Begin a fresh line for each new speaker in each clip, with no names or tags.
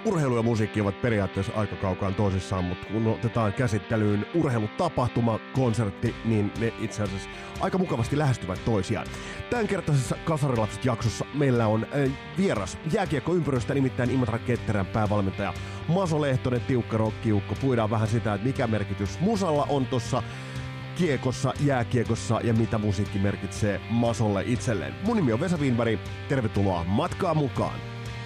Urheilu ja musiikki ovat periaatteessa aika kaukaan toisissaan, mutta kun otetaan käsittelyyn urheilutapahtuma, konsertti, niin ne itse asiassa aika mukavasti lähestyvät toisiaan. Tämänkertaisessa Kasarilapset-jaksossa meillä on vieras jääkiekkoympyröstä, nimittäin Imatra Ketterän päävalmentaja Maso Lehtonen, tiukka rokkiukko. Puidaan vähän sitä, että mikä merkitys musalla on tuossa kiekossa, jääkiekossa ja mitä musiikki merkitsee Masolle itselleen. Mun nimi on Vesa Wienberg, tervetuloa matkaa mukaan!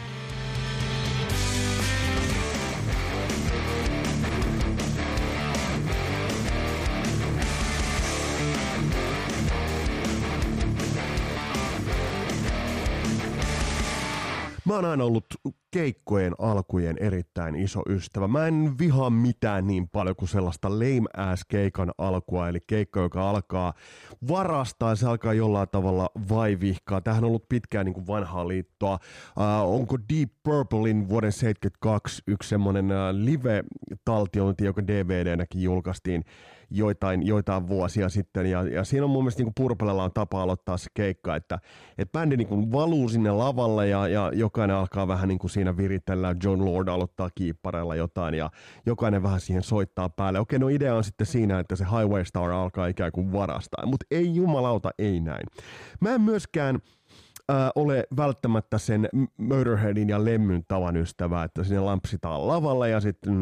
Mä oon aina ollut keikkojen alkujen erittäin iso ystävä. Mä en vihaa mitään niin paljon kuin sellaista lame ass keikan alkua, eli keikka, joka alkaa varastaa, se alkaa jollain tavalla vaivihkaa. Tämähän on ollut pitkään niin kuin vanhaa liittoa. Onko Deep Purplein vuoden 1972 yksi semmoinen live-taltiointi, joka DVDnäkin julkaistiin joitain vuosia sitten, ja siinä on mun mielestä niin Purplella on tapa aloittaa se keikka, että bändi niin valuu sinne lavalle, ja jokainen alkaa vähän niin kuin siinä viritellä, John Lord aloittaa kiippareilla jotain, ja jokainen vähän siihen soittaa päälle. Okei, no idea on sitten siinä, että se Highway Star alkaa ikään kuin varastaa, mutta ei jumalauta, ei näin. Mä en myöskään ole välttämättä sen Motorheadin ja Lemmyn tavan ystävää, että sinne lampsitaan lavalle, ja sitten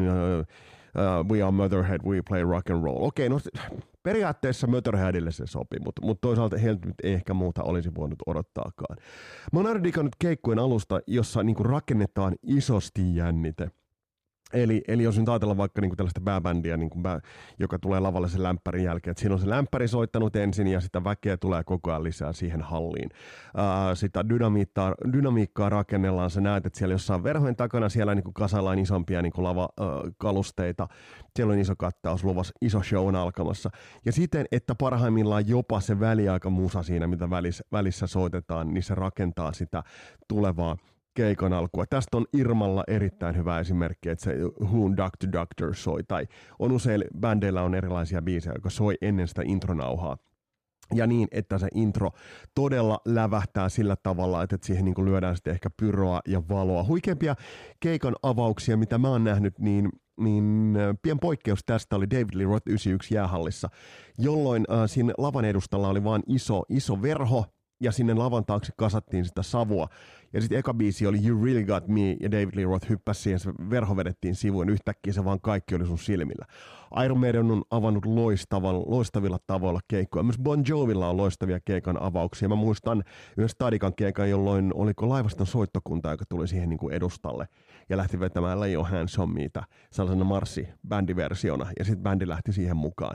we are Motorhead, we play rock and roll. Okei, no periaatteessa Motorheadille se sopii, mutta toisaalta heiltä nyt ei ehkä muuta olisi voinut odottaakaan. Mä oon aina digannut keikkojen alusta, jossa niinku rakennetaan isosti jännite. Eli jos nyt ajatellaan vaikka niinku tällaista bändiä, niinku joka tulee lavalle sen lämpärin jälkeen, että siinä on se lämpäri soittanut ensin ja sitä väkeä tulee koko ajan lisää siihen halliin. Sitä dynamiikkaa rakennellaan, sä näet, että siellä jossain verhojen takana siellä niinku kasaillaan isompia niinku lavakalusteita, siellä on iso kattaus luvassa, iso show on alkamassa. Ja siten, että parhaimmillaan jopa se väliaikamusa siinä, mitä välissä soitetaan, niin se rakentaa sitä tulevaa keikan alkua. Tästä on Irmalla erittäin hyvä esimerkki, että se Who'n Doctor Doctor soi, tai on usein bändeillä on erilaisia biisejä, jotka soi ennen sitä intronauhaa. Ja niin, että se intro todella lävähtää sillä tavalla, että siihen niin kuin lyödään sitten ehkä pyroa ja valoa. Huikeampia keikan avauksia, mitä mä oon nähnyt, niin pian poikkeus tästä oli David Lee Roth 91 jäähallissa, jolloin siinä lavan edustalla oli vaan iso verho, ja sinne lavan taakse kasattiin sitä savua. Ja sitten eka biisi oli You Really Got Me, ja David Lee Roth hyppäsi siihen, se verho vedettiin sivuun, yhtäkkiä se vaan kaikki oli sun silmillä. Iron Maiden on avannut loistavilla tavoilla keikkoja. Myös Bon Jovilla on loistavia keikan avauksia. Mä muistan yhden Stadikan keikan, jolloin oliko laivaston soittokunta, joka tuli siihen niin kuin edustalle, ja lähti vetämään Lay Your Hands On Meitä sellaisena marssi-bändiversiona, ja sitten bändi lähti siihen mukaan.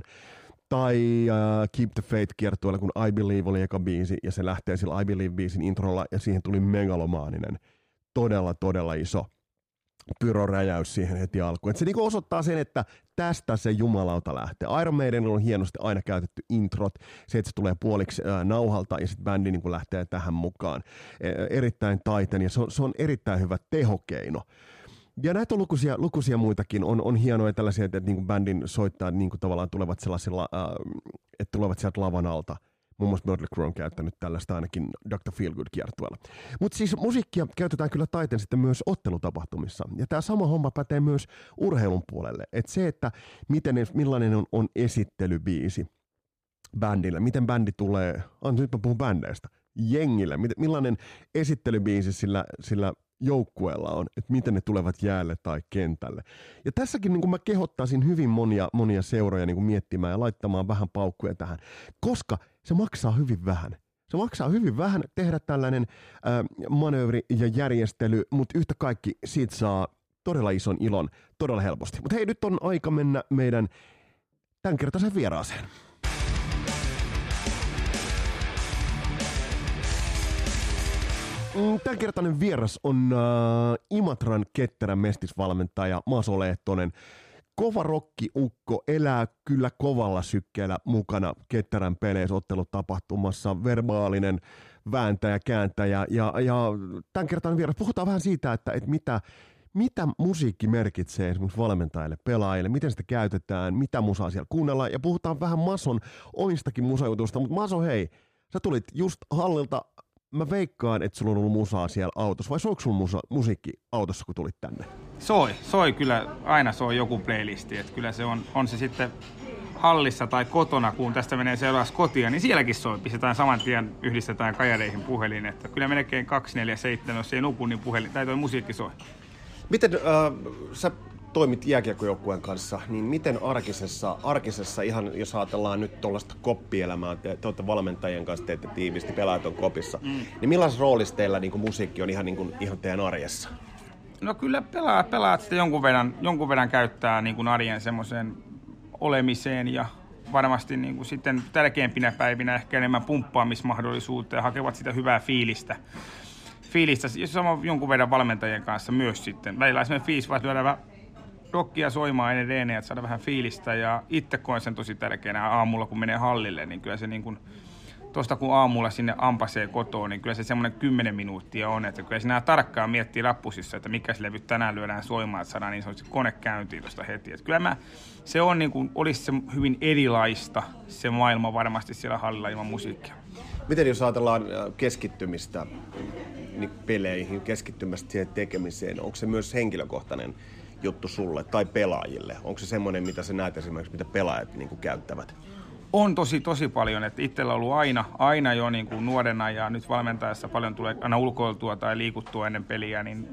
Tai Keep the Faith-kiertueella, kun I Believe oli eka biisi, ja se lähtee sillä I Believe-biisin introlla, ja siihen tuli megalomaaninen, todella iso pyroräjäys siihen heti alkuun. Et se niinku osoittaa sen, että tästä se jumalauta lähtee. Iron Maiden on hienosti aina käytetty introt, se, että se tulee puoliksi nauhalta, ja sitten bändi niinku lähtee tähän mukaan. Erittäin taiten, ja se on erittäin hyvä tehokeino. Ja näitä on lukuisia muitakin. On hienoja tällaisia, että niin kuin bändin soittaa niin kuin tavallaan tulevat sellaisilla, että tulevat sieltä lavan alta. Muun muassa Mötley Crüe on käyttänyt tällaista ainakin Dr. Feelgood-kiertueella. Mutta siis musiikkia käytetään kyllä taiteen sitten myös ottelutapahtumissa. Ja tämä sama homma pätee myös urheilun puolelle. Että se, että millainen on esittelybiisi bändille, miten bändi tulee, nyt mä puhun bändeistä, jengille, millainen esittelybiisi sillä joukkueella on, että miten ne tulevat jäälle tai kentälle. Ja tässäkin niin kuin mä kehottaisin hyvin monia seuroja niin kuin miettimään ja laittamaan vähän paukkuja tähän, koska se maksaa hyvin vähän. Se maksaa hyvin vähän tehdä tällainen manöövri ja järjestely, mutta yhtä kaikki siitä saa todella ison ilon todella helposti. Mutta hei, nyt on aika mennä meidän tämänkertaiseen vieraaseen. Tämänkertainen vieras on Imatran Ketterän mestisvalmentaja Maso Lehtonen. Kova rokkiukko, elää kyllä kovalla sykkeellä mukana Ketterän peleissä ottelutapahtumassa, verbaalinen vääntäjä, kääntäjä ja tämänkertainen vieras. Puhutaan vähän siitä, että mitä musiikki merkitsee esimerkiksi valmentajille, pelaajille, miten sitä käytetään, mitä musaa siellä kuunnellaan, ja puhutaan vähän Mason omistakin musajutusta, mutta Maso, hei, sä tulit just hallilta mä veikkaan, että sulla on ollut musaa siellä autossa, vai soiko sulla musiikki autossa, kun tulit tänne?
Soi kyllä, aina soi joku playlisti, että kyllä se on se sitten hallissa tai kotona, kun tästä menee seuraavaksi kotia, niin sielläkin soi, pistetään saman tien, yhdistetään kajareihin puhelin, että kyllä melkein 247, jos ei nuku, niin puhelin, tai toi musiikki soi.
Miten sä toimit jääkiekkojoukkueen kanssa, niin miten arkisessa ihan jos ajatellaan nyt tuollaista koppielämää, te olette valmentajien kanssa, teette tiivisti, pelaajat on kopissa, niin millaisessa roolissa teillä niin kuin musiikki on ihan teidän arjessa?
No kyllä pelaajat sitten jonkun verran käyttää niin kuin arjen semmoiseen olemiseen ja varmasti niin kuin sitten tärkeimpinä päivinä ehkä enemmän pumppaamismahdollisuutta ja hakevat sitä hyvää fiilistä sama jonkun verran valmentajien kanssa myös sitten. Välillä on semmoinen fiilis, että lyödään rockia soimaan ennen reenejä, että saada vähän fiilistä ja itse koen sen tosi tärkeänä aamulla, kun menee hallille, niin kyllä se niin kuin tuosta kun aamulla sinne ampasee kotoon, niin kyllä se semmoinen 10 minuuttia on, että kyllä sinä tarkkaan miettii rappusissa, että mikä se levy tänään lyödään soimaan, että saadaan niin sanotusti kone käyntiin tuosta heti. Että kyllä se on niin kuin, olisi se hyvin erilaista se maailma varmasti siellä hallilla ilman musiikkia.
Miten jos ajatellaan keskittymistä niin peleihin, keskittymistä siihen tekemiseen, onko se myös henkilökohtainen juttu sulle tai pelaajille? Onko se semmoinen, mitä sä näet esimerkiksi, mitä pelaajat niin kuin käyttävät?
On tosi paljon, että itsellä on ollut aina jo niin kuin nuorena ja nyt valmentajassa paljon tulee aina ulkoiltua tai liikuttua ennen peliä, niin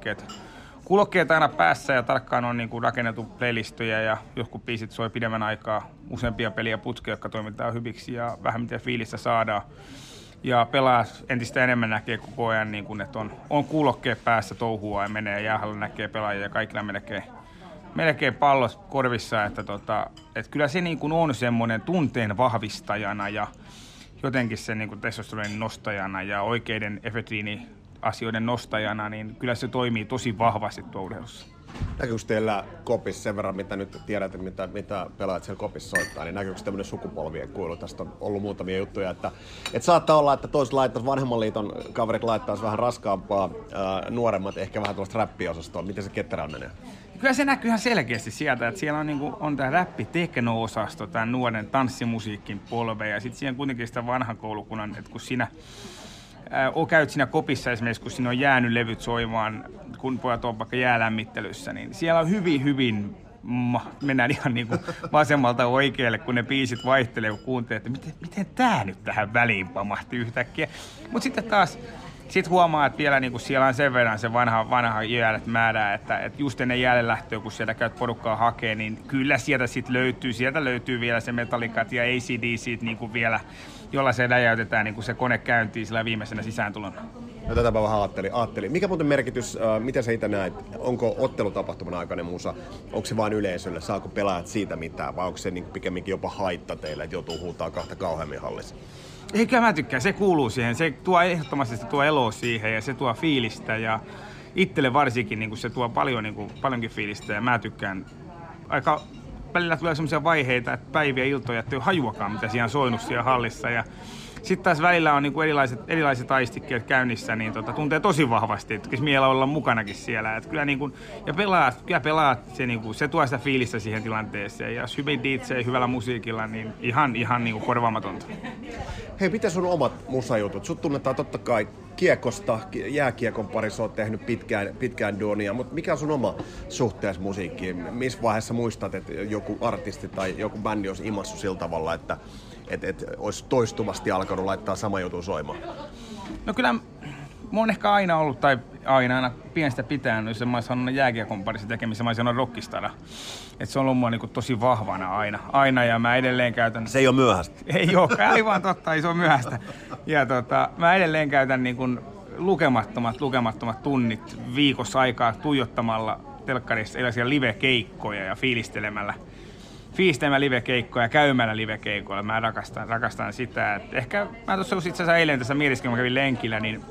kuulokkeet aina päässä ja tarkkaan on niin kuin rakennettu playlistoja ja jotkut biisit soi pidemmän aikaa, useampia peliä putkea, jotka toimitaan hyviksi ja vähän miten fiilistä saadaan. Ja pelaajat entistä enemmän näkee koko ajan, niin kuin, että on kuulokkeet päässä touhua ja menee jäähällä näkee pelaajia ja kaikilla melkein pallot korvissa, että kyllä se niin kuin on semmoinen tunteen vahvistajana ja jotenkin se niin kuin testosteronin nostajana ja oikeiden efedriini-asioiden nostajana, niin kyllä se toimii tosi vahvasti tuo urheilussa.
Näkyykö teillä kopissa sen verran, mitä nyt tiedät, mitä pelaajat siellä kopissa soittaa, niin näkyykö tämmöinen sukupolvien kuilu? Tästä on ollut muutamia juttuja, että saattaa olla, että toiset laittaisi vanhemman liiton kaverit laittaisi vähän raskaampaa, nuoremmat ehkä vähän tuollaista räppiosastoa. Miten se ketterään menee?
Kyllä se näkyy ihan selkeästi sieltä, että siellä on tämä räppi-tekno-osasto, tämä nuoren tanssimusiikin polve ja sitten siihen kuitenkin sitä vanhan koulukunnan, että kun siinä käyt siinä kopissa esimerkiksi, kun siinä on jäänyt levyt soimaan, kun pojat on vaikka jäälämmittelyssä, niin siellä on hyvin mennään ihan niin kuin vasemmalta oikealle, kun ne biisit vaihtelee, kun kuuntelee, että miten tämä nyt tähän väliin pamahti yhtäkkiä. Mutta sitten taas huomaa, että vielä niin kuin siellä on sen verran se vanha jäälet määrää, että just ennen jäälle lähtöä, kun sieltä käyt porukkaa hakee, niin kyllä sieltä löytyy vielä se Metallicat ja AC/DC niin kuin vielä, jolla se läjäytetään niin kuin se kone käyntiin sillä viimeisenä sisääntulona.
No tätäpä vähän ajattelin. Mikä muuten merkitys, mitä sä itse näet, onko ottelutapahtuman aikainen musa, onko se vain yleisölle, saako pelaajat siitä mitään, vai onko se niin pikemminkin jopa haitta teille, että joutuu huutaa kahta kauheammin hallissa?
Ei, kyllä mä tykkään, se kuuluu siihen, se tuo ehdottomasti eloa siihen ja se tuo fiilistä ja itselle varsinkin niin se tuo paljonkin fiilistä ja mä tykkään aika välillä tulee sellaisia vaiheita, että päiviä iltoja, ettei ole hajuakaan, mitä siellä on soinut siellä hallissa. Ja sitten taas välillä on niinku erilaiset aistikkeet käynnissä, niin tuntee tosi vahvasti, että miellä olla mukanakin siellä. Et kyllä niinku, ja pelaat se tuo sitä fiilistä siihen tilanteeseen. Ja jos hyvin DJ hyvällä musiikilla, niin ihan niinku korvaamatonta.
Hei, miten sun omat musajutut? Sut tunnetaan totta kai kiekosta, jääkiekon parissa oot tehnyt pitkään duunia, mutta mikä on sun oma suhteessa musiikkiin? Missä vaiheessa muistat, että joku artisti tai joku bändi olisi imassu sillä tavalla, että olisi toistuvasti alkanut laittaa sama jutun soimaan?
No kyllä mä oon ehkä aina ollut, tai aina pienestä pitäen, jos mä oon sanonut jääkiekon parissa tekemistä, mä oon sanonut rockistara. Että se on ollut mua niin tosi vahvana aina, ja mä edelleen käytän...
Se ei ole myöhäistä.
Ei ole, aivan totta, ei se ole myöhäistä. Ja mä edelleen käytän niin kuin lukemattomat tunnit viikossa aikaa tuijottamalla telkkarissa erilaisia live-keikkoja ja fiilistelemällä live-keikkoja ja käymällä live-keikoilla. Mä rakastan sitä. Et ehkä mä tuossa itse asiassa eilen tässä mielessä, kun mä kävin lenkillä, niin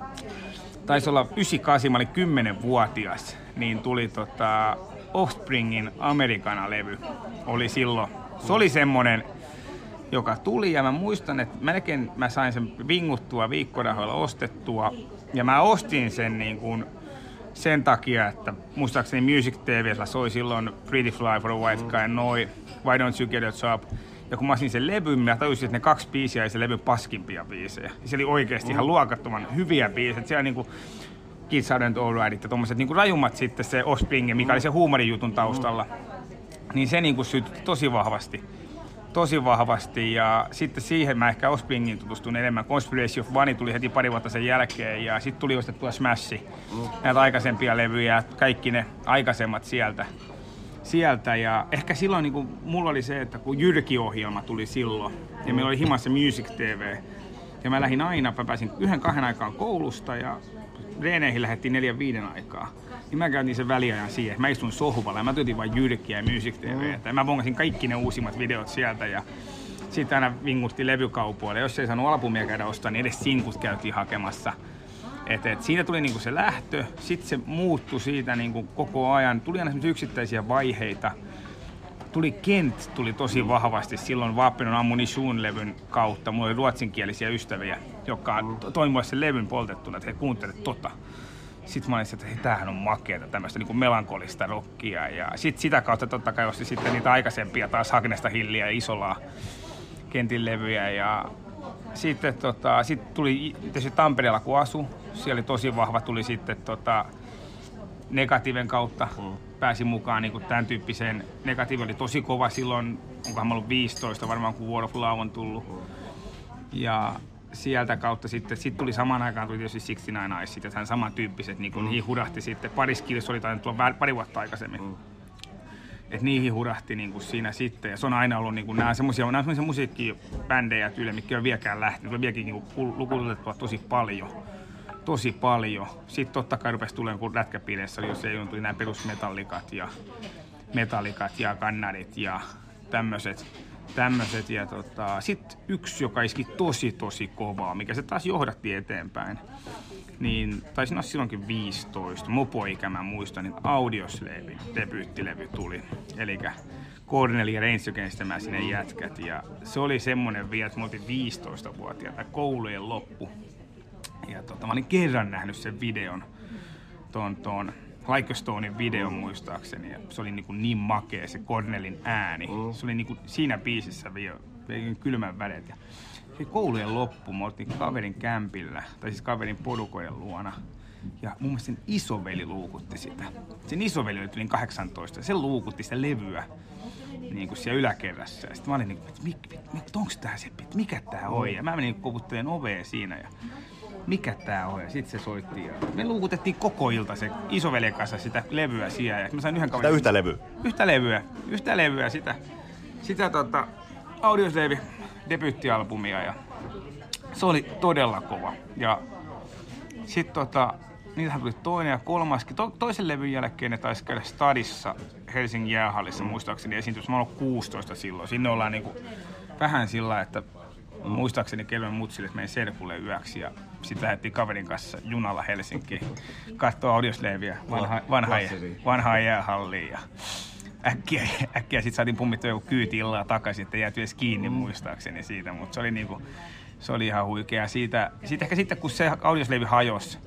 taisi olla 98, mä olin 10-vuotias, niin tuli Offspringin Americana-levy. Oli silloin. Se oli semmonen, joka tuli ja mä muistan, että melkein mä sain sen vinguttua viikkorahoilla ostettua. Ja mä ostin sen niin kuin sen takia, että muistaakseni Music TV:llä soi silloin Pretty Fly for a White Guy, Why Don't You Get a Job. Ja kun mä osin sen levyn, mä tajusin, että ne 2 biisiä ei se levy paskimpia biisejä. Ja se oli oikeasti ihan luokattoman hyviä biisejä. Siellä niinku Kids Aren't Alright ja tommoset niinku rajummat sitten se Offspring, mikä oli se huumorijutun taustalla. Niin se niinku sytytti tosi vahvasti ja sitten siihen mä ehkä Offspringiin tutustun enemmän. Conspiracy of One tuli heti pari vuotta sen jälkeen ja sitten tuli ostettua Smash, näitä aikaisempia levyjä, kaikki ne aikaisemmat sieltä ja ehkä silloin niin kuin, mulla oli se, että kun Jyrki-ohjelma tuli silloin ja meillä oli himassa Music TV ja mä lähdin aina, mä pääsin 1-2 aikaan koulusta ja reeneihin lähdettiin 4-5 aikaa. Niin mä käytin sen väliajan siihen. Mä istun sohvalla ja mä työtin vain Jyrkiä ja Music TV:tä. Ja mä bongasin kaikki ne uusimmat videot sieltä ja sitten aina vinguttiin levykaupoille. Jos ei saanut albumia käydä ostaa, niin edes sinkut käytiin hakemassa. Et siinä tuli niinku se lähtö, sitten se muuttui siitä niinku koko ajan. Tuli aina yksittäisiä vaiheita. Kent tuli tosi vahvasti silloin Vapen on Ammunition-levyn kautta. Mulla oli ruotsinkielisiä ystäviä, jotka toi mulle sen levyn poltettuna, että he kuuntelevat tota. Sitten mä olin, että tämähän on makeata, tämmöistä niin melankolista rockia. Ja sitten sitä kautta totta kai ostin sitten niitä aikaisempia taas Hagnesta Hilliä ja Isolaa Kentin levyjä. Ja sitten sit tuli tietysti Tampereella kun asu, siellä oli tosi vahva, tuli sitten Negativen kautta. Pääsin mukaan niin tämän tyyppiseen. Negative oli tosi kova silloin, onkohan mä ollut 15 varmaan kun War of Love on tullut. Ja sieltä kautta sitten tuli samaan aikaan tuli tietysti 69 Eyes, sitten samantyyppiset, niin niihin hurahti sitten. Paris Kills oli tainnut tulla pari vuotta aikaisemmin. Et niihin hurahti niin kuin siinä sitten, ja se on aina ollut, niin kuin, nämä on semmoisia musiikkibändejä tyyliä, mitkä on vieläkään lähtenyt, on vieläkin niin lukutettua tosi paljon. Sitten totta kai rupesi tulemaan, kun rätkäpiireissä oli, jos ei tuli nämä perusmetallikat ja kannarit ja tämmöiset. Ja sitten yksi, joka iski tosi kovaa, mikä se taas johdatti eteenpäin, niin taisin olla silloinkin 15, mopoikä mä muistan, niin Audioslavin debyyttilevy tuli. Elikkä Corneli ja Rage Against the Machine jätkät. Ja se oli semmonen vielä, että me oltiin 15-vuotiaita, koulujen loppu. Ja mä olin kerran nähnyt sen videon, ton Like a Stonein video muistaakseni, ja se oli niin makea se Cornelin ääni. Se oli niin siinä biisissä vielä kylmän väret. Ja koulujen loppu, me oltiin kaverin kämpillä, tai siis kaverin porukoiden luona. Ja mun mielestä sen isoveli luukutti sitä. Sen isoveli oli yli 18, se luukutti sitä levyä niin kuin siellä yläkerrassa. Ja sitten mä olin niin kuin, että onks tää se, mikä tää on? Ja mä menin koputtelemaan ovea siinä ja mikä tää on? Ja sit se soitti ja me luukutettiin koko ilta se isoveljen kanssa sitä levyä siellä. Ja mä sain yhden kaverin...
Sitä
yhtä levyä, sitä Audioslave debyyttialbumia ja se oli todella kova. Ja sit niitähän tuli toinen ja kolmaskin. Toisen levyn jälkeen ne taisi käydä Stadissa Helsingin jäähallissa muistaakseni esiintymys. Mä oon 16 silloin. Sinne ollaan niinku vähän sillä, että muistaakseni kelmen mutsille meidän serkulle yöksi ja sitten lähdettiin kaverin kanssa junalla Helsinkiin katsoa Audioslavea vanhaan jäähalliin ja äkkiä sitten saatiin pummittua joku kyyti illalla takaisin, että jääty edes kiinni muistaakseni siitä, mutta se oli ihan huikea. Siitä ehkä sitten kun se Audioslave hajosi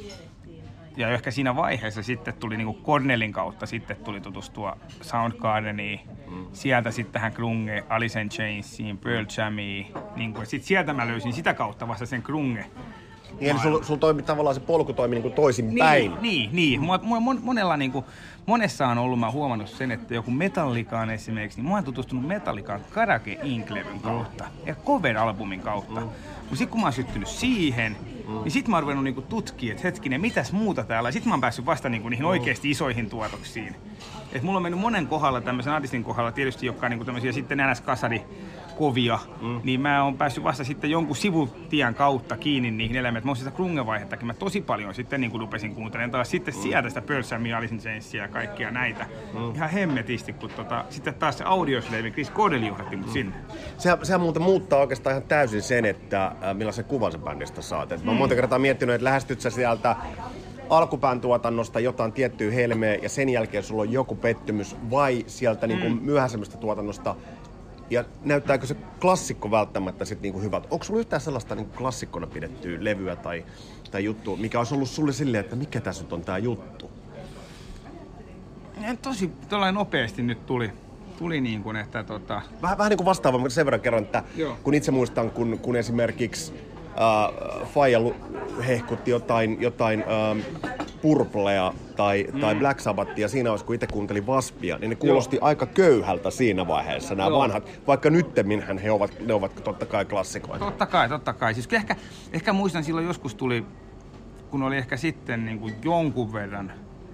ja ehkä siinä vaiheessa sitten tuli niinku Cornelin kautta sitten tuli tutustua Soundgardeniin, sieltä sitten tähän grunge, Alice in Chainsiin, Pearl Jamiin, niinku, ja sitten sieltä mä löysin sitä kautta vasta sen grunge.
Eli sulla toimi tavallaan se polku toimi niinku toisin päin.
Niin. Monessa on ollut, mä oon huomannut sen, että joku Metallicaan esimerkiksi, niin mä oon tutustunut Metallicaan Karate Inc-levyn kautta ja cover-albumin kautta. Mutta sit kun mä oon syttynyt siihen, niin sit mä oon ruvennut niinku tutkimaan, että hetkinen, mitäs muuta täällä. Ja sit mä oon päässyt vasta niinku niihin oikeesti isoihin tuotoksiin. Et mulla on mennyt monen kohdalla, tämmöisen artistin kohdalla tietysti, jotka on niinku tämmöisiä sitten NS-kasarikovia, niin mä oon päässyt vasta sitten jonkun sivutien kautta kiinni niihin eläimiin. Mä oon sitä grunge-vaihettakin mä tosi paljon sitten niinku rupesin kuuntelemaan taas sitten sieltä sitä Pearl Jamia, Alice in Chainsia ja kaikkia näitä. Ihan hemmetisti, kun sitten taas se Audioslave, Chris Cornell johdattiin mut sinne.
Sehän muuten muuttaa oikeastaan ihan täysin sen, että millaisen kuvan sä bändistä saat. Mä oon monta kertaa miettinyt, että lähestyt sä sieltä alkupään tuotannosta jotain tiettyä helmeä ja sen jälkeen sulla on joku pettymys vai sieltä niinku myöhäisemmästä tuotannosta ja näyttääkö se klassikko välttämättä sit niinku hyvältä? Onko sulla yhtään sellaista niinku klassikkona pidettyä levyä tai juttua, mikä olisi ollut sulle silleen, että mikä tässä nyt on tää juttu?
Tosi nopeasti nyt tuli tuli niin kuin, että
Vähän niin kuin vastaava, mutta sen verran kerron, että kun itse muistan, kun esimerkiksi Faija hehkutti jotain Purplea tai Black Sabbathia siinä vaiheessa, kun itse kuuntelin Waspia, niin ne kuulosti aika köyhältä siinä vaiheessa, nämä vanhat. Vaikka nyttemminhän ne ovat totta kai klassikoita.
Totta kai. Siis ehkä muistan silloin joskus tuli, kun oli ehkä sitten niin kuin jonkun verran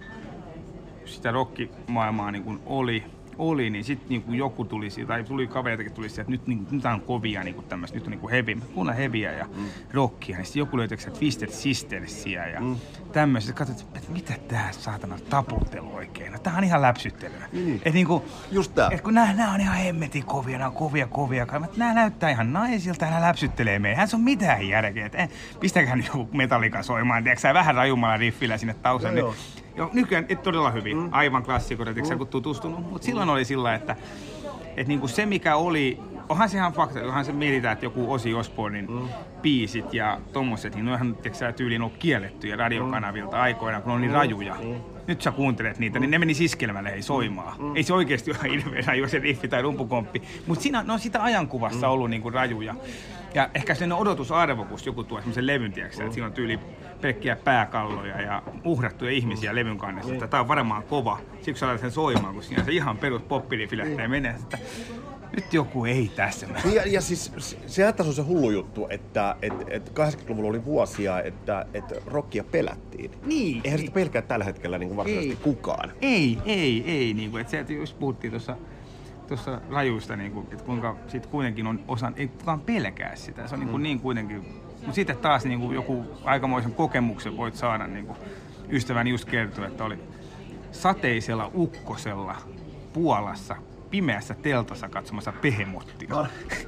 sitä rockimaailmaa niin kuin oli, niin sitten niin joku tuli tai tuli kavereitakin tuli sieltä, että nyt on kovia niin tämmöistä, nyt on niin heavy, kuunnellaan heavyä ja rockia, niin sitten joku löytää Twisted Sistersia ja tämmöistä. Katsoit, että mitä tää saatana taputtelu oikein? No tää on ihan läpsyttelyä. Että niinku,
just tää.
Et kun nää on ihan hemmetin kovia, nää on kovia. Nää näyttää ihan naisilta ja nää läpsyttelee meidän. Eihän se on mitään järkeä. Pistäkää nyt joku Metallica soimaan, tiiäksä, vähän rajummalla riffillä sinne taustaan. No, joo, nykyään todella hyvin. Aivan klassikoita, kun tutustunut. Mutta silloin oli sillä, että niinku se mikä oli, onhan se ihan fakta, onhan se mietitään, että joku Ozzy Osbournen biisit ja tommoset, niin noihan tyyliin on kiellettyjä radiokanavilta aikoina, kun on niin rajuja. Nyt sä kuuntelet niitä, niin ne meni siskelmälle soimaan. Ei se oikeesti ole hirveän raju se riffi tai rumpukomppi, mutta siinä ne on sitä ajankuvassa ollut niinku rajuja. Ja ehkä sen odotusarvo, kun joku tuo semmoisen levyn, että siinä on tyyli pelkkiä pääkalloja ja uhrattuja ihmisiä levyn kannessa, että tää on varmaan kova. Siksi sä laitat sen soimaan, kun siinä se ihan perus poppirifi lähtee menee, että nyt joku ei tässä.
Ja siis sehän tässä on se hullu juttu, että 80-luvulla oli vuosia, että rockia pelättiin.
Niin.
Eihän sitä pelkää tällä hetkellä niin varsinaisesti kukaan.
Ei. Niin kuin, että se, just puhuttiin tuossa rajuista, niin kuin, että kuinka sit kuitenkin on osan, ei kukaan pelkää sitä. Se on niin kuitenkin, mutta sitten taas niin kuin joku aikamoisen kokemuksen voit saada, niin kuin ystäväni just kertoi, että oli sateisella ukkosella Puolassa pimeässä teltassa katsomassa Behemottia.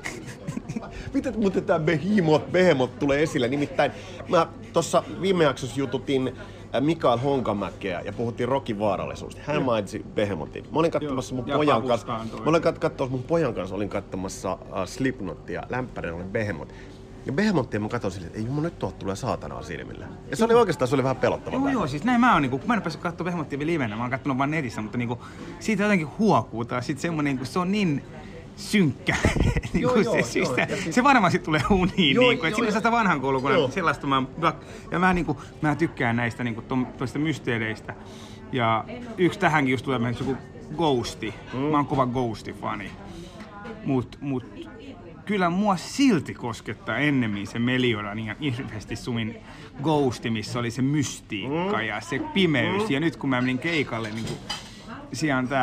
Miten muuten tämä Behemoth tulee esille? Nimittäin mä tuossa viime jaksossa jututin Mikael Honkamäkeä ja puhuttiin rockin vaarallisuudesta. Hän mainitsi Behemothin. Mä olin katsomassa mun pojan kanssa, olin katsomassa Slipknotia, lämpärin oli Behemoth. Ja Behemothia mä katsoin silleen, että ei jumala, nyt tuolta tulee saatanaa silmille. Ja se oli oikeastaan vähän pelottavaa.
Joo, siis näin mä oon niinku, mä en päässyt katsoa Behemothia vielä livenä, mä oon kattonut vaan netissä, mutta niinku siitä jotenkin huokuu taas sit semmonen, niinku, se on niin synkkä. Se varmasti tulee uniin, niinku, että siinä on sitä vanhan koulukunnan sellaista mä tykkään näistä niinku toista mysteereistä. Ja yksi tähänkin just tulee joku Ghosti. Mä oon kova Ghosti-fani. Mut kyllä mua silti koskettaa ennemmin se Meliodan ja Irvesti Sumin Ghosti, missä oli se mystiikka ja se pimeys. Ja nyt kun mä menin keikalle, niin siellä on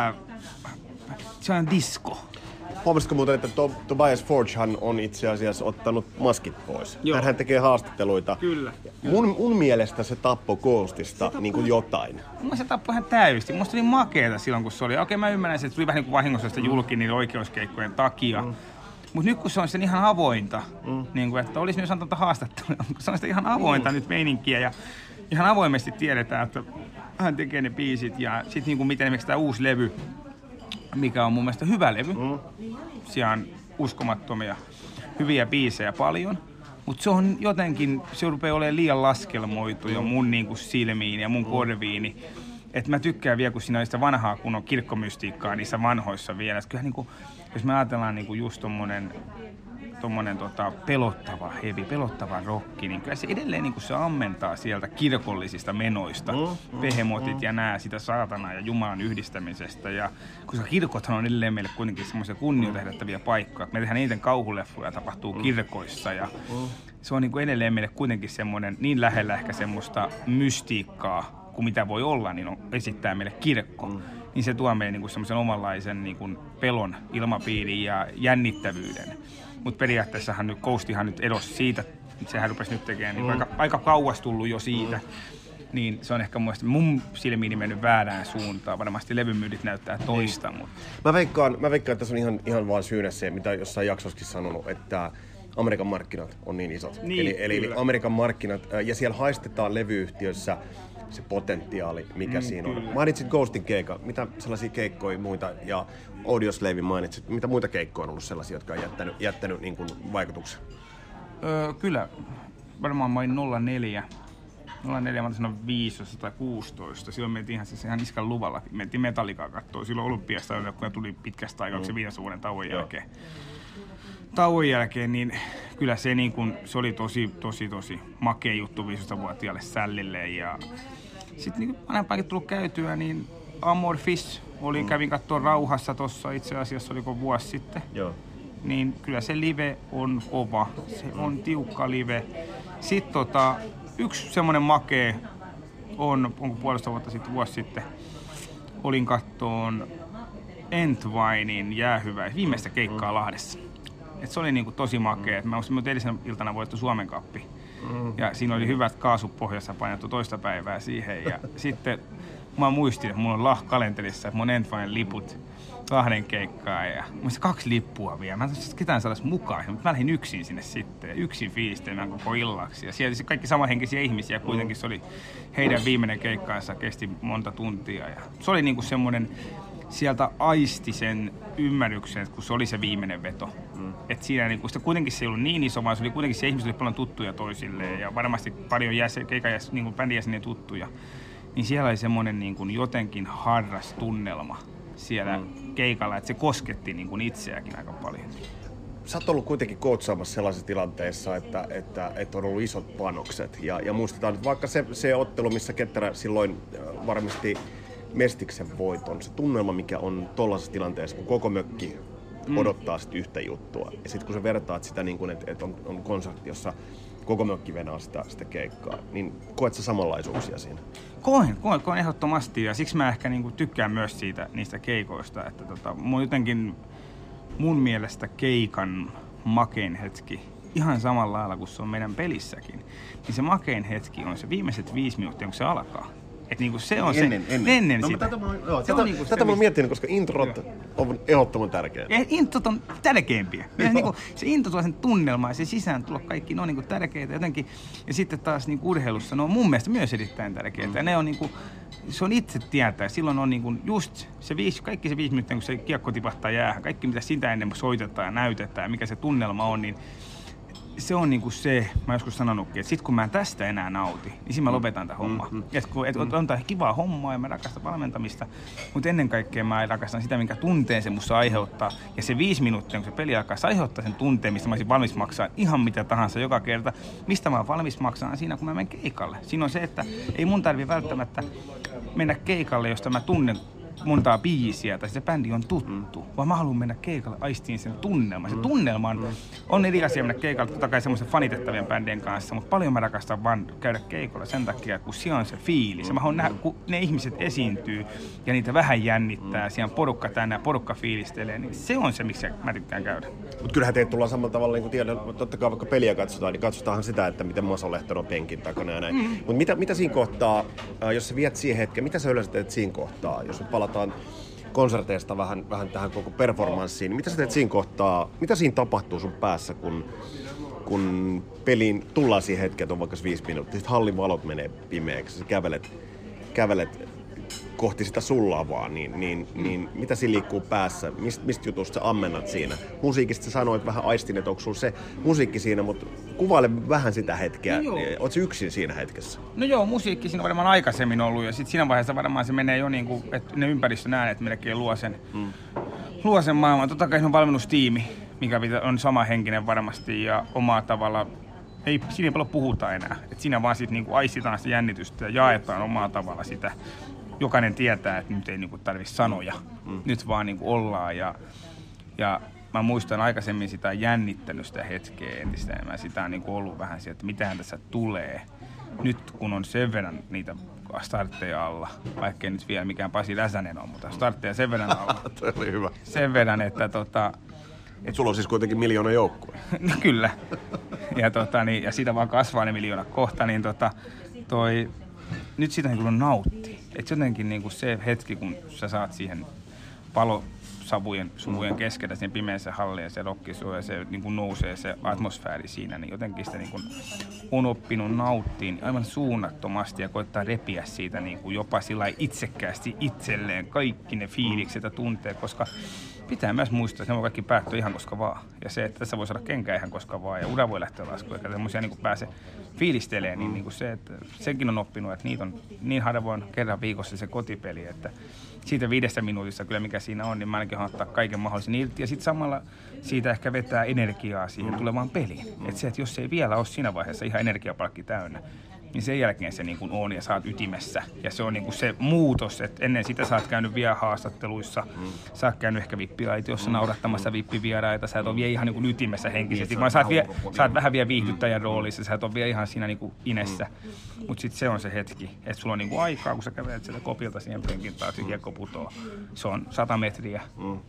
se on disco.
Huomasitko muuten, että Tobias Forgehan on itse asiassa ottanut maskit pois?
Joo.
Hän tekee haastatteluita.
Kyllä.
Mun mielestä se tappoi Ghostista niin kuin jotain.
Mun se tappoi ihan täysin. Musta oli makeeta silloin, kun se oli. Okei, mä ymmärrän, että se tuli vähän niin kuin vahingossa sitä julki niiden oikeuskeikkojen takia. Mutta nyt kun se on sen ihan avointa, niin kuin, että olisi myös antanut haastattelua, kun se on sitä ihan avointa nyt meininkiä ja ihan avoimesti tiedetään, että hän tekee ne biisit ja sitten niin kuin miten esimerkiksi tämä uusi levy, mikä on mun mielestä hyvä levy, siellä on uskomattomia hyviä biisejä paljon, mutta se on jotenkin, se rupeaa olemaan liian laskelmoitu jo mun niin kuin silmiin ja mun korviini. Että mä tykkään vielä, kun siinä on sitä vanhaa kunnon kirkkomystiikkaa niissä vanhoissa vielä. Kyllähän niinku, jos me ajatellaan niinku just tommonen pelottava heavy, pelottava rocki, niin kyllä se edelleen niinku se ammentaa sieltä kirkollisista menoista. Behemothit ja nää sitä saatanaa ja Jumalan yhdistämisestä. Ja koska kirkothan on edelleen meille kuitenkin semmoisia kunnioita herättäviä paikkoja. Me tehdään eniten kauhuleffoja, tapahtuu kirkoissa ja se on niinku edelleen meille kuitenkin semmoinen niin lähellä ehkä semmoista mystiikkaa kuin mitä voi olla, niin esittää meille kirkko. Niin se tuo meille niinku semmoisen omanlaisen niinku pelon ilmapiirin ja jännittävyyden. Mutta periaatteessahan nyt Ghostihan nyt erosi siitä, sehän rupesi nyt tekemään niinku aika kauas tullut jo siitä. Niin se on ehkä mun silmiini mennyt väärään suuntaan. Varmasti levymyydit näyttää toista. Mutta
Mä veikkaan, että tässä on ihan vaan syynä se, mitä jossain jaksossakin sanonut, että Amerikan markkinat on niin isot.
Niin,
eli Amerikan markkinat, ja siellä haistetaan levyyhtiöissä se potentiaali, mikä siinä on. Kyllä. Mainitsit Ghostin keikan. Mitä sellaisia keikkoja muita, ja Audioslave mainitsit, mitä muita keikkoja on ollut sellaisia, jotka on jättänyt niin kuin vaikutuksen?
Kyllä, varmaan main 04. 04, mä sanoin 15 tai 16. Silloin mentiin ihan iskan luvalla. Mentiin Metallicaa katsoa silloin Olympiasta, kun tuli pitkästä aikaa, se 5 vuoden tauon jälkeen, niin kyllä se, niin kun, se oli tosi makea juttu 15-vuotiaalle sällille. Ja sitten niin vanhempaankin tullut käytyä, niin Amorphis kävin katsoa rauhassa tuossa itse asiassa, oliko vuosi sitten.
Joo.
Niin kyllä se live on kova, se on tiukka live. Sitten yksi semmoinen makee onko puolesta vuotta sitten, vuosi sitten, olin kattoon Entwinin jäähyvää viimeistä keikkaa Lahdessa. Et se oli niinku tosi makea. Mä olisin edellisen iltana voittu Suomen kappi. Ja siinä oli hyvät kaasut pohjassa painettu toista päivää siihen. Ja sitten mä muistin, että mulla on kalenterissa, että mun Entwinen liput Lahden keikkaa ja mulla 2 lippua vielä. Mä en tiedä, ketään saada mukaan, mutta mä lähdin yksin sinne sitten. Yksin fiilistelemään koko illaksi. Ja siellä kaikki samanhenkisiä ihmisiä, kuitenkin se oli heidän viimeinen keikkaansa, kesti monta tuntia. Ja se oli niinku semmoinen, sieltä aisti sen ymmärryksen, että kun se oli se viimeinen veto. Että siinä niinku, sitä kuitenkin se ei ollut niin iso, vaan se oli kuitenkin se ihmiset oli paljon tuttuja toisilleen ja varmasti paljon niinku bändijäseniä tuttuja. Niin siellä oli semmoinen niinku jotenkin harras tunnelma siellä keikalla, että se kosketti niin kuin itseäkin aika paljon.
Sä oot ollut kuitenkin coachaamassa sellaisessa tilanteessa, että on ollut isot panokset. Ja muistetaan nyt vaikka se ottelu, missä Ketterä silloin varmisti Mestiksen voiton. Se tunnelma, mikä on tollaisessa tilanteessa, kun koko mökki odottaa sit yhtä juttua. Ja sitten kun sä vertaat sitä, niin kun, että on konsertti, jossa koko mökki venää sitä keikkaa, niin koet sä samanlaisuuksia siinä?
Koen ehdottomasti, ja siksi mä ehkä niinku tykkään myös niistä keikoista, että mun mielestä keikan makein hetki, ihan samalla lailla kuin se on meidän pelissäkin, niin se makein hetki on se viimeiset 5 minuuttia, kun se alkaa. Että niinku se on ennen sitä.
Tätä mä oon miettinyt, koska introt on ehdottoman tärkeitä.
Introt on tärkeimpiä. Niinku, se intro tuo sen tunnelma ja se sisään tulo kaikki, ne on niinku tärkeitä jotenkin. Ja sitten taas niinku urheilussa ne on mun mielestä myös erittäin tärkeitä. Ja ne on niinku, se on itse tietää. Silloin on niinku just se kaikki se 5 minuuttia, kun se kiekko tipahtaa jäähän. Kaikki mitä sitä ennen soitetaan ja näytetään, mikä se tunnelma on, niin se on niinku se, mä joskus sanonutkin, että sit kun mä en tästä enää nauti, niin siinä mä lopetan tämän homman. On tää kivaa hommaa ja mä rakastan valmentamista, mutta ennen kaikkea mä rakastan sitä, minkä tunteen se musta aiheuttaa. Ja se 5 minuuttia, kun se peli alkaa, se aiheuttaa sen tunteen, mistä mä olisin valmis maksaa ihan mitä tahansa joka kerta. Mistä mä oon valmis maksaa siinä, kun mä menen keikalle. Siinä on se, että ei mun tarvi välttämättä mennä keikalle, josta mä tunnen montaa biisiä tai se bändi on tuttu, vaan mä haluan mennä keikalle aistiin sen tunnelman. Se tunnelma on eri asia mennä keikalle, totta kai semmoisen fanitettavien bändien kanssa, mutta paljon mä rakastan vaan käydä keikolla sen takia, kun siellä on se fiilis. Mä haluan nähdä, kun ne ihmiset esiintyy ja niitä vähän jännittää, siellä on porukka tänne ja porukka fiilistelee, niin se on se, miksi mä tykkään käydä.
Mutta kyllähän teet tullaan samalla tavalla, niin kuin tiedän, totta kai vaikka peliä katsotaan, niin katsotaanhan sitä, että miten Maso Lehtonen on penkin takana ja näin. Mutta mitä siinä kohtaa, jos sä viet siihen hetken, mitä sä yleensä teet siinä kohtaa, jos palataan konserteista vähän tähän koko performanssiin. Mitä sä teet siinä kohtaa, mitä siinä tapahtuu sun päässä, kun peliin tullaan siihen hetkeen, että on vaikka 5 minuuttia, sitten hallin valot menee pimeäksi, sä kävelet kohti sitä sullavaa, niin mitä siinä liikkuu päässä, mistä jutusta sä ammennat siinä? Musiikista sä sanoit vähän aistin, että onko sulla se musiikki siinä, mutta kuvaile vähän sitä hetkeä. Oot sä yksin siinä hetkessä?
No joo, musiikki siinä on varmaan aikaisemmin ollut ja sitten siinä vaiheessa varmaan se menee jo niin kuin, että ne ympäristön äänet melkein luo sen maailman. Totta kai se on valmennustiimi, mikä on samahenkinen varmasti ja omaa tavalla. Siinä ei paljon puhuta enää. Et siinä vaan sitten niinku aistitaan sitä jännitystä ja jaetaan omaa tavalla sitä. Jokainen tietää, että nyt ei niinku tarvitse sanoja. Nyt vaan niinku ollaan. Ja mä muistan aikaisemmin sitä jännittänyt sitä hetkeä entistä enemmän. Sitä on niinku ollut vähän sieltä, että mitähän tässä tulee. Nyt kun on sen verran niitä startteja alla, vaikkei nyt vielä mikään Pasi Räsänen on, mutta startteja sen verran alla.
Toi oli hyvä.
Sen verran, että
sulla on siis kuitenkin 1 miljoona joukkue.
Kyllä. Ja siitä vaan kasvaa ne 1 miljoona kohta, niin nyt siitä niin nauttii. Että jotenkin niin se hetki, kun sä saat siihen suvujen keskellä sen pimeässä hallin ja se rokkisuu ja se niin kuin nousee se atmosfääri siinä, niin jotenkin sitä niin kuin on oppinut nauttiin aivan suunnattomasti ja koittaa repiä siitä niin kuin jopa sillä itsekkäästi itselleen kaikki ne fiilikset ja tunteet, koska pitää myös muistaa, että ne voi kaikki päättyä ihan koska vaan. Ja se, että tässä voi saada kenkää ihan koska vaan ja ura voi lähteä laskuun, eikä semmoisia niin pääse fiilistelemään, niin kuin se, että senkin on oppinut, että niitä on niin harvoin kerran viikossa se kotipeli, että siitä 5 minuutissa kyllä mikä siinä on, niin mä ainakin ottaa kaiken mahdollisen irti ja sitten samalla siitä ehkä vetää energiaa siihen tulevaan peliin. Että se, että jos ei vielä ole siinä vaiheessa ihan energiapalkki täynnä, niin sen jälkeen se niin kuin on ja sä oot ytimessä. Ja se on niin kuin se muutos, että ennen sitä sä oot käynyt vielä haastatteluissa, sä oot käynyt ehkä vippilaitiossa naurattamassa vippivieraita, sä et ole vielä ihan niin kuin ytimessä henkisesti, vaan sä oot vähän vielä viihdyttäjän roolissa, sä et ole vielä ihan siinä niin kuin inessä. Mutta sitten se on se hetki, että sulla on niin kuin aikaa, kun sä kävelet sieltä kopilta siihen penkin taakse, kiekko putoo. Se on 100 metriä.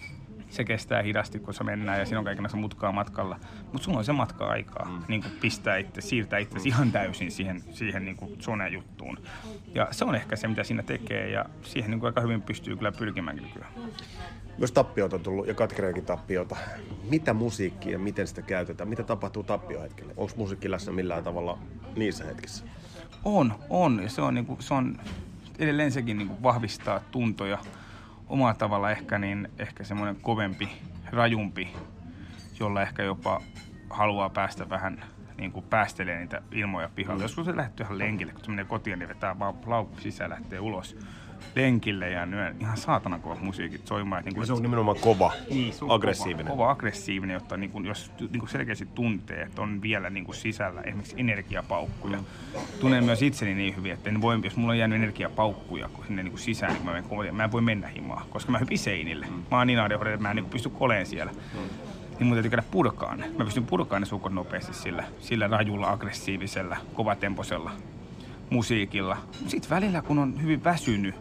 Se kestää hidasti, kun se mennään ja siinä on kaikenlaista mutkaa matkalla. Mutta sulla on se matka-aikaa niin pistää itse, siirtää itse ihan täysin siihen niin zone-juttuun. Ja se on ehkä se, mitä siinä tekee ja siihen niin aika hyvin pystyy kyllä pyrkimäänkin nykyään.
Myös tappioita on tullut ja katkeriakin tappiota. Mitä musiikkia ja miten sitä käytetään? Mitä tapahtuu tappiohetkellä? Onko musiikki läsnä millään tavalla niissä hetkissä?
On. Ja se on edelleen sekin niin vahvistaa tuntoja. Omalla tavalla ehkä semmoinen kovempi, rajumpi, jolla ehkä jopa haluaa päästä vähän niin kuin päästelee niitä ilmoja pihalle. Joskus se lähtee ihan lenkille, kun se menee kotiin, niin vetää vaan laukku sisään, lähtee ulos lenkille ja lyö ihan saatana kovat musiikit soimaan. Niin
se on nimenomaan kova, aggressiivinen.
Kova aggressiivinen, jotta niin kuin, jos niin kuin selkeästi tuntee, että on vielä niin kuin sisällä esimerkiksi energiapaukkuja. Tunnen myös itseni niin hyvin, että jos mulla on jäänyt energiapaukkuja sinne niin kuin sisään, niin mä en voi mennä himaan, koska mä hypin seinille. Mä oon niin aarehorja, että mä en niin kuin pysty koleen siellä. Niin mun täytyy käydä purkaan ne. Mä pystyn purkaan ne suukot nopeasti sillä rajulla, aggressiivisella, kovatemposella musiikilla. Sitten välillä, kun on hyvin väsynyt,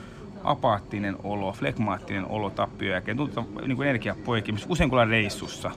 apaattinen olo, flegmaattinen olo tappio jälkeen, tuntuu niin energiapoikimista. Usein kun ollaan reissussa,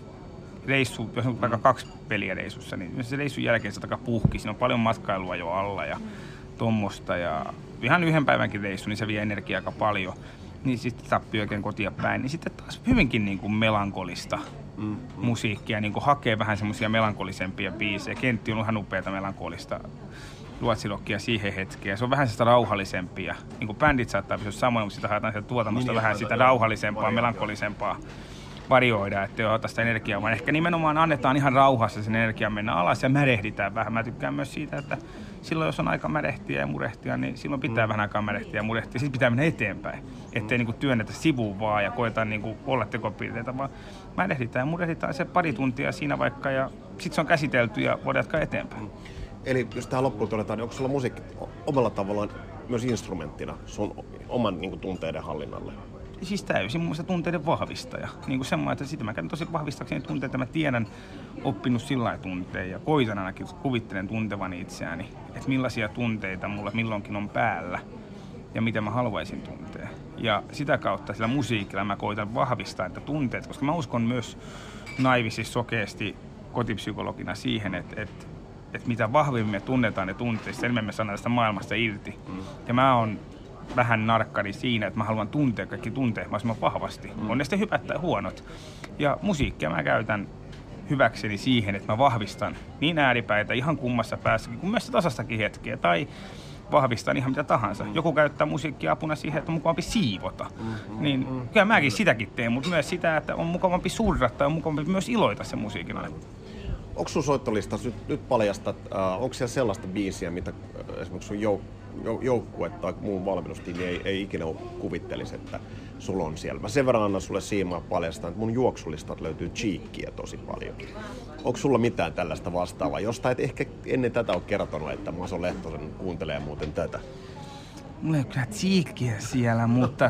jos on vaikka 2 peliä reissussa, niin se reissun jälkeen se takaa puhki. Siinä on paljon matkailua jo alla ja tommosta. Ja ihan 1 päivänkin reissu, niin se vie energiaa aika paljon. Niin sitten tappio oikein kotia päin. Niin sitten taas hyvinkin niin kuin melankolista musiikkia, niin kuin hakee vähän semmoisia melankolisempia biisejä. Kentti on ihan upeata melankolista ruotsilokkia siihen hetkeen. Se on vähän sitä rauhallisempia. Niin kuin bändit saattaa pysyä samoin, mutta sitä haetaan sieltä tuotannosta niin, vähän sitä rauhallisempaa, melankolisempaa varioida, että ei ota sitä energiaa, vaan ehkä nimenomaan annetaan ihan rauhassa sen energian mennä alas ja märehditään vähän. Mä tykkään myös siitä, että silloin jos on aika märehtiä ja murehtia, niin silloin pitää vähän aikaa märehtiä ja murehtia. Sitten pitää mennä eteenpäin, ettei niinku työnnetä sivuun vaan ja koeta niinku olla tekopiirteitä, vaan märehditään ja murehditaan se 2 tuntia siinä vaikka ja sitten se on käsitelty ja voidaan jatkaa eteenpäin.
Eli jos tähän loppuun todetaan, niin onko sulla musiikki omalla tavallaan myös instrumenttina sun oman niin kuin, tunteiden hallinnalle?
Siis täysin mun mielestä tunteiden vahvistaja. Niin kuin semmoinen, että sitä mä käyn tosi vahvistakseni tunteita, että mä tiedän oppinut sillä tunteja ja koitan ainakin, kuvittelen tuntevani itseäni, että millaisia tunteita mulla milloinkin on päällä ja mitä mä haluaisin tuntea. Ja sitä kautta sillä musiikilla mä koitan vahvistaa että tunteet, koska mä uskon myös naivisti sokeasti kotipsykologina siihen, että mitä vahvemmin me tunnetaan ne tunteet, sen enemmän me saadaan tästä maailmasta irti. Ja mä oon vähän narkkari siinä, että mä haluan tuntea kaikki tunteet mahdollisimman vahvasti. On ne sitten hyvät tai huonot. Ja musiikkia mä käytän hyväkseni siihen, että mä vahvistan niin ääripäitä ihan kummassa päässäkin, kuin myös tasastakin hetkeä. Tai vahvistan ihan mitä tahansa. Joku käyttää musiikkia apuna siihen, että on mukavampi siivota. Niin kyllä mäkin sitäkin teen, mutta myös sitä, että on mukavampi surrata tai on mukavampi myös iloita sen musiikin aina.
Onko sun soittolistassa nyt paljastat, onko siellä sellaista biisiä, mitä esimerkiksi sun joukkue tai muun valmennustiimi ei ikinä kuvittelisi, että sulla on siellä? Mä sen verran annan sulle siimaa paljastaa, että mun juoksulistat löytyy cheekkiä tosi paljon. Onko sulla mitään tällaista vastaavaa? Jostain et ehkä ennen tätä ole kertonut, että Maso Lehtosen kuuntelee muuten tätä.
Mulla ei ole kyllä cheekkiä siellä, mutta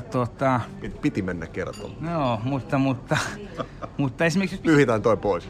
Piti mennä kertomaan.
No, mutta esimerkiksi...
Lyhitään toi pois.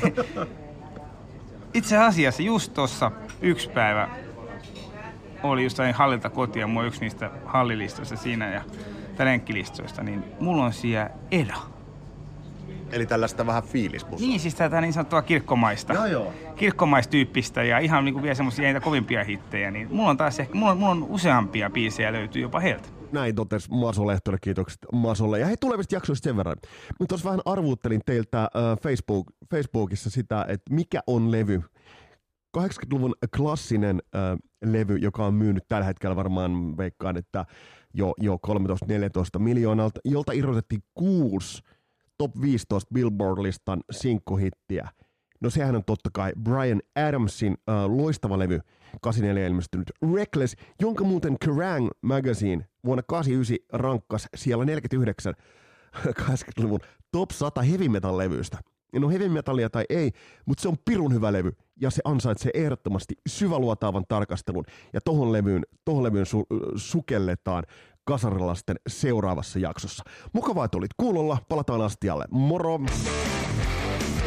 Itse asiassa just tuossa 1 päivä oli just hallilta kotia, mulla yksi niistä hallilistoista siinä ja lenkkilistoista, niin mulla on siellä Eda.
Eli tällaista vähän fiilismusaa.
Niin, siis tätä niin sanottua kirkkomaista.
Joo.
Kirkkomaistyyppistä ja ihan niin kuin vielä semmosia niitä kovimpia hittejä, niin mulla on taas ehkä, mulla on useampia biisejä löytyy jopa heiltä.
Näin totesi Maso Lehtonen, kiitokset Masolle. Ja hei, tulevista jaksoista sen verran. Mä tuossa vähän arvuuttelin teiltä Facebookissa sitä, että mikä on levy. 80-luvun klassinen levy, joka on myynyt tällä hetkellä varmaan, veikkaan, että jo 13-14 miljoonalta, jolta irrotettiin 6 top 15 Billboard-listan sinkkuhittiä. No sehän on totta kai Bryan Adamsin loistava levy, 84 ilmestynyt Reckless, jonka muuten Kerrang! Magazine vuonna 89 rankkas siellä 49 80-luvun top 100 heavy metal-levyistä. No heavy metallia tai ei, mutta se on pirun hyvä levy ja se ansaitsee ehdottomasti syväluotaavan tarkastelun ja tohon levyyn sukelletaan Kasarilasten seuraavassa jaksossa. Mukavaa, että olit kuulolla. Palataan astialle. Moro!